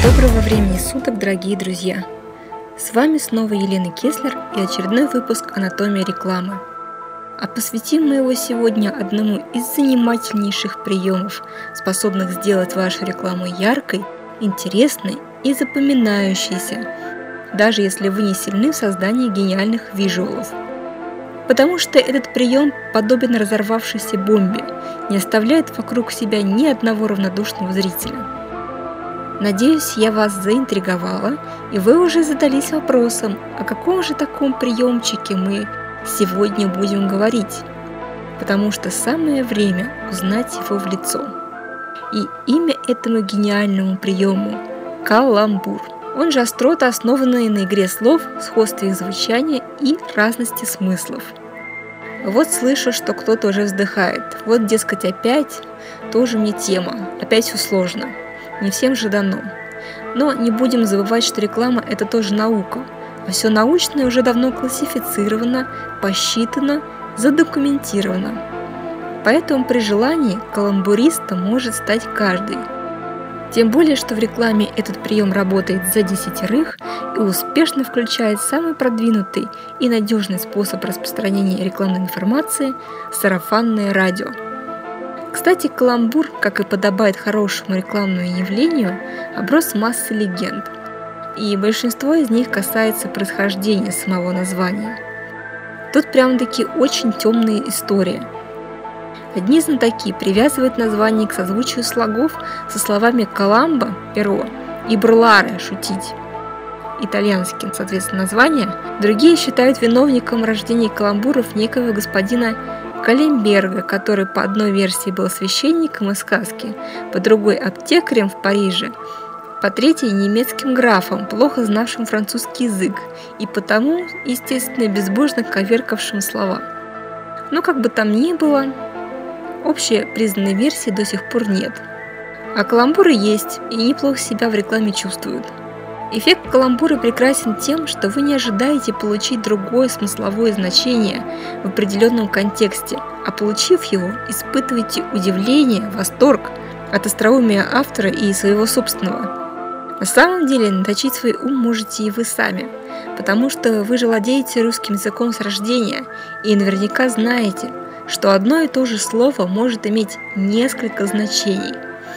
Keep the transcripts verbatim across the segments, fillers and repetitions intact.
Доброго времени суток, дорогие друзья! С вами снова Елена Кеслер и очередной выпуск «Анатомия рекламы». А посвятим мы его сегодня одному из занимательнейших приемов, способных сделать вашу рекламу яркой, интересной и запоминающейся, даже если вы не сильны в создании гениальных визуалов. Потому что этот прием подобен разорвавшейся бомбе, не оставляет вокруг себя ни одного равнодушного зрителя. Надеюсь, я вас заинтриговала, и вы уже задались вопросом, о каком же таком приемчике мы сегодня будем говорить, потому что самое время узнать его в лицо. И имя этому гениальному приему – каламбур. Он же острота, основанная на игре слов, сходстве их звучания и разности смыслов. Вот слышу, что кто-то уже вздыхает. Вот, дескать, опять тоже мне тема, опять все сложно. Не всем же дано. Но не будем забывать, что реклама – это тоже наука. А все научное уже давно классифицировано, посчитано, задокументировано. Поэтому при желании каламбуристом может стать каждый. Тем более, что в рекламе этот прием работает за десятерых и успешно включает самый продвинутый и надежный способ распространения рекламной информации – сарафанное радио. Кстати, каламбур, как и подобает хорошему рекламному явлению, оброс массой легенд, и большинство из них касается происхождения самого названия. Тут прям-таки очень темная история. Одни знатоки привязывают название к созвучию слогов со словами «коламбо» – перо и «брларе» – шутить, итальянским, соответственно, название. Другие считают виновником рождения каламбуров некого господина Калемберга, который по одной версии был священником из сказки, по другой – аптекарем в Париже, по третьей – немецким графом, плохо знавшим французский язык и потому, естественно, безбожно коверкавшим слова. Но как бы там ни было, общей признанной версии до сих пор нет. А каламбуры есть и неплохо себя в рекламе чувствуют. Эффект каламбура прекрасен тем, что вы не ожидаете получить другое смысловое значение в определенном контексте, а получив его, испытываете удивление, восторг от остроумия автора и своего собственного. На самом деле, наточить свой ум можете и вы сами, потому что вы же владеете русским языком с рождения и наверняка знаете, что одно и то же слово может иметь несколько значений.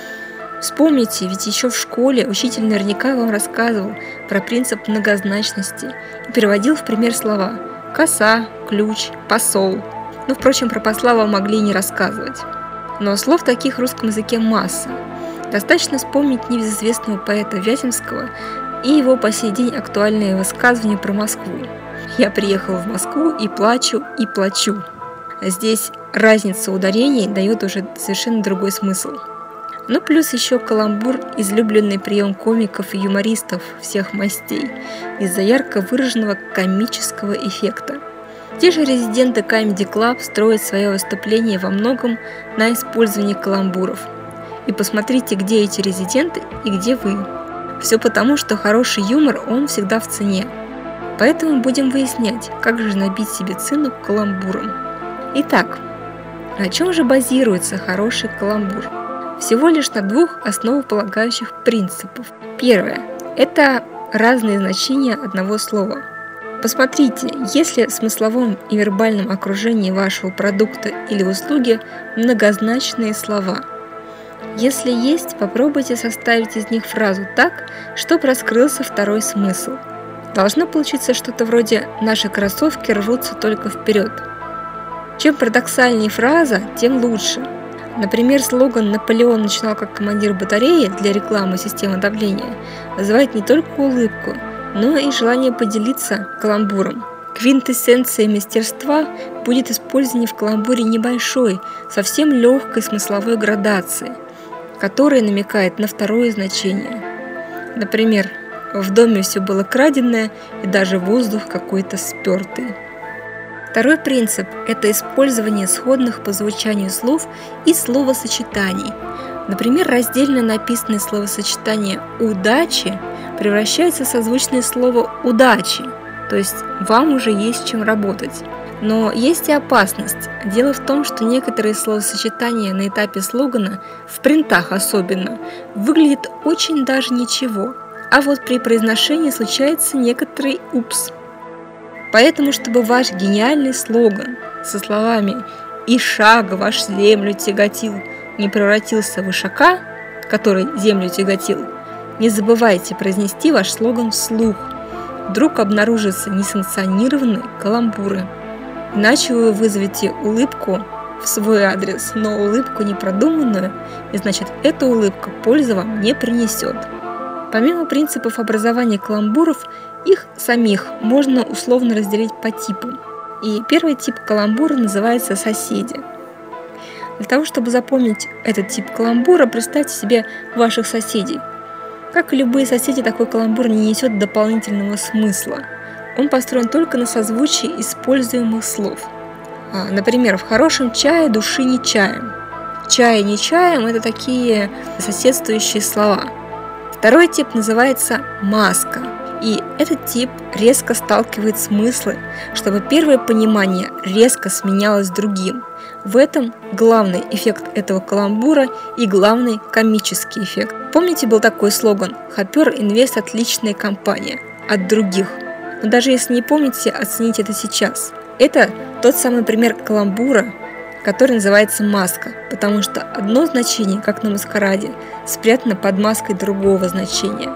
Вспомните, ведь еще в школе учитель наверняка вам рассказывал про принцип многозначности и переводил в пример слова «коса», «ключ», «посол». Ну, впрочем, про посла вам могли и не рассказывать. Но слов таких в русском языке масса. Достаточно вспомнить небезызвестного поэта Вяземского и его по сей день актуальные высказывания про Москву. «Я приехал в Москву и плачу, и плачу». Здесь разница ударений дает уже совершенно другой смысл. Ну, плюс еще каламбур – излюбленный прием комиков и юмористов всех мастей из-за ярко выраженного комического эффекта. Те же резиденты Comedy Club строят свое выступление во многом на использовании каламбуров. И посмотрите, где эти резиденты и где вы. Все потому, что хороший юмор, он всегда в цене. Поэтому будем выяснять, как же набить себе цену каламбуром. Итак, на чем же базируется хороший каламбур? Всего лишь на двух основополагающих принципах. Первое – это разные значения одного слова. Посмотрите, есть ли в смысловом и вербальном окружении вашего продукта или услуги многозначные слова. Если есть, попробуйте составить из них фразу так, чтобы раскрылся второй смысл. Должно получиться что-то вроде «наши кроссовки рвутся только вперед». Чем парадоксальнее фраза, тем лучше. Например, слоган «Наполеон начинал как командир батареи» для рекламы системы давления вызывает не только улыбку, но и желание поделиться каламбуром. Квинтэссенцией мастерства будет использование в каламбуре небольшой, совсем легкой смысловой градации, которая намекает на второе значение. Например, в доме все было краденое и даже воздух какой-то спертый. Второй принцип – это использование сходных по звучанию слов и словосочетаний. Например, раздельно написанное словосочетание «удачи» превращается в созвучное слово «удачи», то есть вам уже есть чем работать. Но есть и опасность. Дело в том, что некоторые словосочетания на этапе слогана, в принтах особенно, выглядят очень даже ничего, а вот при произношении случается некоторый упс. Поэтому, чтобы ваш гениальный слоган со словами «И шаг ваш землю тяготил» не превратился в ишака, который землю тяготил, не забывайте произнести ваш слоган вслух. Вдруг обнаружатся несанкционированные каламбуры. Иначе вы вызовете улыбку в свой адрес, но улыбку непродуманную, и значит, эта улыбка пользы вам не принесет. Помимо принципов образования каламбуров, их самих можно условно разделить по типам. И первый тип каламбура называется «соседи». Для того, чтобы запомнить этот тип каламбура, представьте себе ваших соседей. Как и любые соседи, такой каламбур не несет дополнительного смысла. Он построен только на созвучии используемых слов. Например, в хорошем чае души не чаем. Чай не чаем – это такие соседствующие слова. Второй тип называется маска. И этот тип резко сталкивает смыслы, чтобы первое понимание резко сменялось другим. В этом главный эффект этого каламбура и главный комический эффект. Помните, был такой слоган «Хопер Инвест – отличная компания» от других. Но даже если не помните, оцените это сейчас. Это тот самый пример каламбура, который называется маска, потому что одно значение, как на маскараде, спрятано под маской другого значения.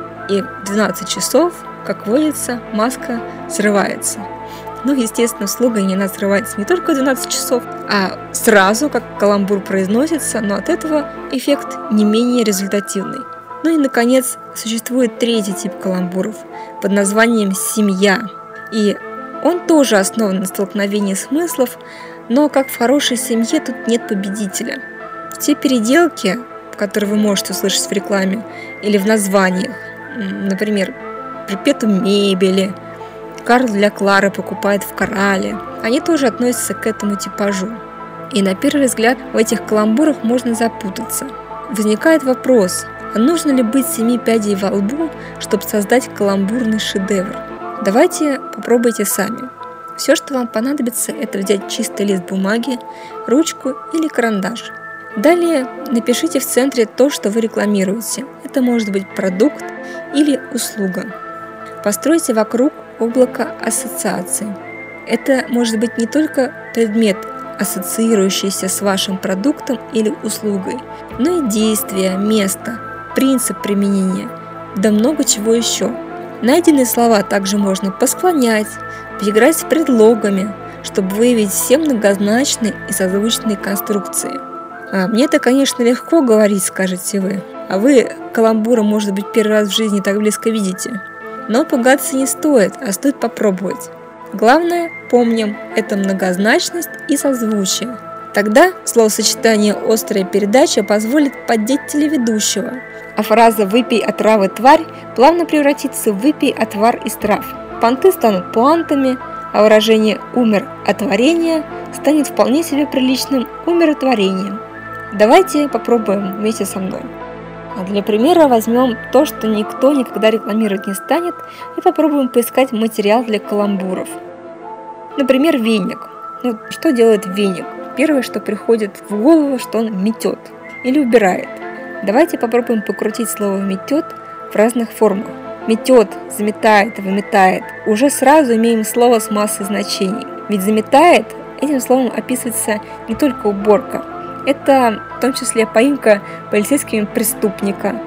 И в двенадцать часов, как водится, маска срывается. Ну, естественно, в слогане она срывается не только в двенадцать часов, а сразу, как каламбур произносится, но от этого эффект не менее результативный. Ну и, наконец, существует третий тип каламбуров под названием «семья». И он тоже основан на столкновении смыслов, но, как в хорошей семье, тут нет победителя. Те переделки, которые вы можете услышать в рекламе или в названиях, например, «Перпетум мебели», «Карл для Клары покупает в Корале», они тоже относятся к этому типажу. И на первый взгляд в этих каламбурах можно запутаться. Возникает вопрос, а нужно ли быть семи пядей во лбу, чтобы создать каламбурный шедевр? Давайте попробуйте сами. Все, что вам понадобится, это взять чистый лист бумаги, ручку или карандаш. Далее напишите в центре то, что вы рекламируете. Это может быть продукт или услуга. Постройте вокруг облако ассоциаций. Это может быть не только предмет, ассоциирующийся с вашим продуктом или услугой, но и действие, место, принцип применения, да много чего еще. Найденные слова также можно посклонять, поиграть с предлогами, чтобы выявить все многозначные и созвучные конструкции. А мне это, конечно, легко говорить, скажете вы, а вы каламбура, может быть, первый раз в жизни так близко видите. Но пугаться не стоит, а стоит попробовать. Главное, помним, это многозначность и созвучие. Тогда словосочетание «острая передача» позволит поддеть телеведущего, а фраза «выпей отравы тварь» плавно превратится в «выпей отвар из трав». Понты станут пуантами, а выражение «умер от варенья» станет вполне себе приличным умиротворением. Давайте попробуем вместе со мной. А для примера возьмем то, что никто никогда рекламировать не станет, и попробуем поискать материал для каламбуров. Например, веник. Ну, что делает веник? Первое, что приходит в голову, что он метет или убирает. Давайте попробуем покрутить слово «метет» в разных формах. Метет, заметает, выметает. Уже сразу имеем слово с массой значений. Ведь заметает, этим словом описывается не только уборка. Это в том числе поимка полицейскими преступника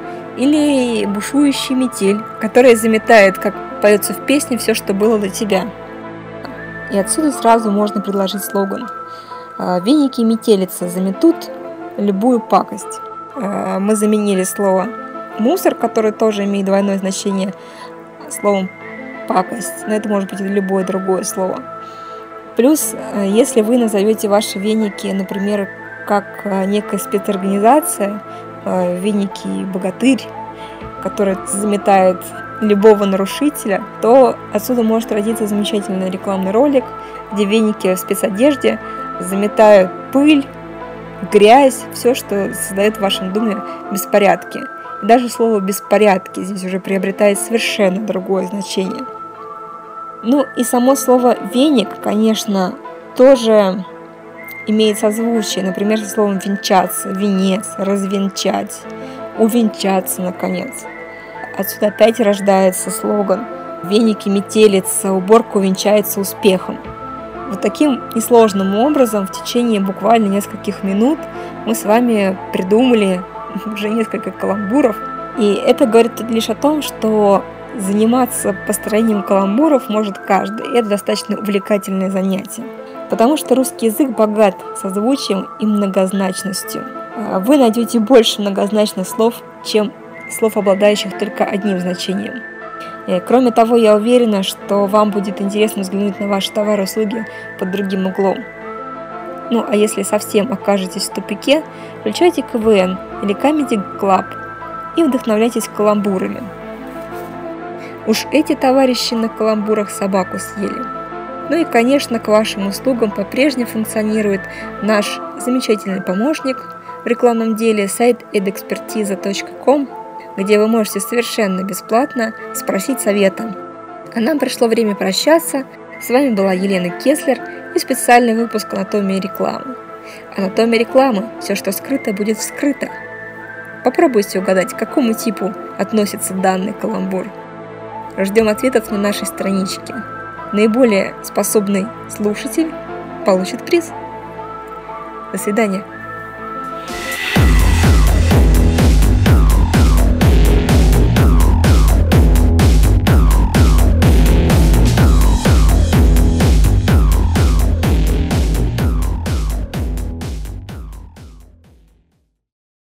или бушующий метель, которая заметает, как поется в песне, все, что было до тебя. И отсюда сразу можно предложить слоган: «Веники и метелица заметут любую пакость». Мы заменили слово «мусор», которое тоже имеет двойное значение, словом «пакость», но это может быть любое другое слово. Плюс, если вы назовете ваши веники, например, как некая спецорганизация, веники богатырь, которая заметает любого нарушителя, то отсюда может родиться замечательный рекламный ролик, где веники в спецодежде заметают пыль, грязь, все, что создает в вашем доме беспорядки. И даже слово «беспорядки» здесь уже приобретает совершенно другое значение. Ну и само слово «веник», конечно, тоже имеет созвучие, например, со словом «венчаться», «венец», «развенчать», «увенчаться», наконец. Отсюда опять рождается слоган «Веники метелица, уборка увенчается успехом». Вот таким несложным образом в течение буквально нескольких минут мы с вами придумали уже несколько каламбуров. И это говорит лишь о том, что заниматься построением каламбуров может каждый. И это достаточно увлекательное занятие. Потому что русский язык богат созвучием и многозначностью. Вы найдете больше многозначных слов, чем слов, обладающих только одним значением. И, кроме того, я уверена, что вам будет интересно взглянуть на ваши товары и услуги под другим углом. Ну, а если совсем окажетесь в тупике, включайте ка вэ эн или Comedy Club и вдохновляйтесь каламбурами. Уж эти товарищи на каламбурах собаку съели. Ну и, конечно, к вашим услугам по-прежнему функционирует наш замечательный помощник в рекламном деле сайт эдэкспертиза точка ком, где вы можете совершенно бесплатно спросить совета. А нам пришло время прощаться. С вами была Елена Кеслер и специальный выпуск «Анатомия рекламы». Анатомия рекламы. Все, что скрыто, будет вскрыто. Попробуйте угадать, к какому типу относится данный каламбур. Ждем ответов на нашей страничке. Наиболее способный слушатель получит приз. До свидания.